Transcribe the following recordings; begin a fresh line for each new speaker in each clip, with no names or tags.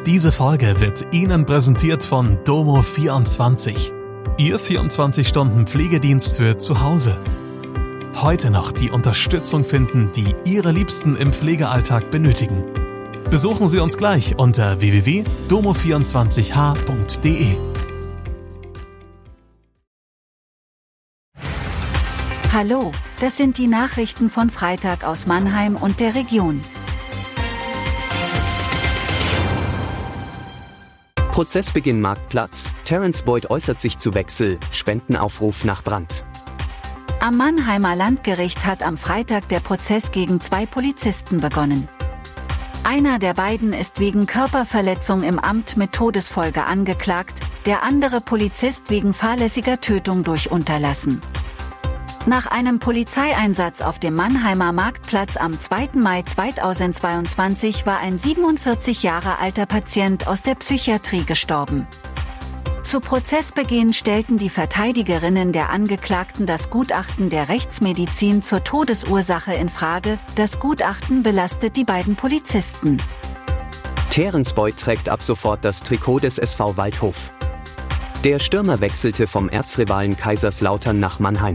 Diese Folge wird Ihnen präsentiert von Domo24. Ihr 24-Stunden-Pflegedienst für zu Hause. Heute noch die Unterstützung finden, die Ihre Liebsten im Pflegealltag benötigen. Besuchen Sie uns gleich unter www.domo24h.de.
Hallo, das sind die Nachrichten von Freitag aus Mannheim und der Region.
Prozessbeginn Marktplatz. Terence Boyd äußert sich zu Wechsel. Spendenaufruf nach Brand.
Am Mannheimer Landgericht hat am Freitag der Prozess gegen 2 Polizisten begonnen. Einer der beiden ist wegen Körperverletzung im Amt mit Todesfolge angeklagt, der andere Polizist wegen fahrlässiger Tötung durch Unterlassen. Nach einem Polizeieinsatz auf dem Mannheimer Marktplatz am 2. Mai 2022 war ein 47 Jahre alter Patient aus der Psychiatrie gestorben. Zu Prozessbeginn stellten die Verteidigerinnen der Angeklagten das Gutachten der Rechtsmedizin zur Todesursache in Frage. Das Gutachten belastet die beiden Polizisten.
Terence Boyd trägt ab sofort das Trikot des SV Waldhof. Der Stürmer wechselte vom Erzrivalen Kaiserslautern nach Mannheim.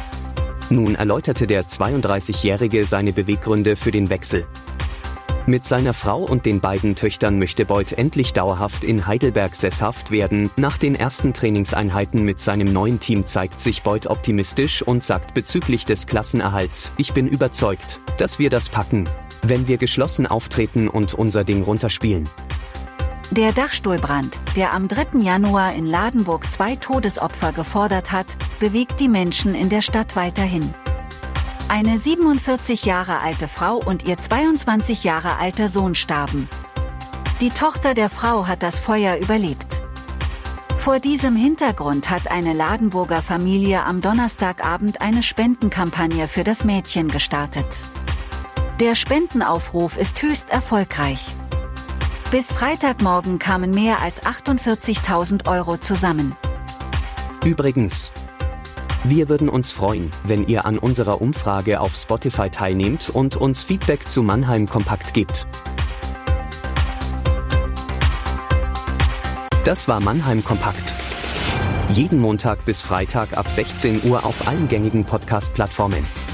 Nun erläuterte der 32-Jährige seine Beweggründe für den Wechsel. Mit seiner Frau und den beiden Töchtern möchte Boyd endlich dauerhaft in Heidelberg sesshaft werden. Nach den ersten Trainingseinheiten mit seinem neuen Team zeigt sich Boyd optimistisch und sagt bezüglich des Klassenerhalts: Ich bin überzeugt, dass wir das packen, wenn wir geschlossen auftreten und unser Ding runterspielen.
Der Dachstuhlbrand, der am 3. Januar in Ladenburg 2 Todesopfer gefordert hat, bewegt die Menschen in der Stadt weiterhin. Eine 47 Jahre alte Frau und ihr 22 Jahre alter Sohn starben. Die Tochter der Frau hat das Feuer überlebt. Vor diesem Hintergrund hat eine Ladenburger Familie am Donnerstagabend eine Spendenkampagne für das Mädchen gestartet. Der Spendenaufruf ist höchst erfolgreich. Bis Freitagmorgen kamen mehr als 48.000 Euro zusammen.
Übrigens, wir würden uns freuen, wenn ihr an unserer Umfrage auf Spotify teilnehmt und uns Feedback zu Mannheim Kompakt gebt. Das war Mannheim Kompakt. Jeden Montag bis Freitag ab 16 Uhr auf allen gängigen Podcast-Plattformen.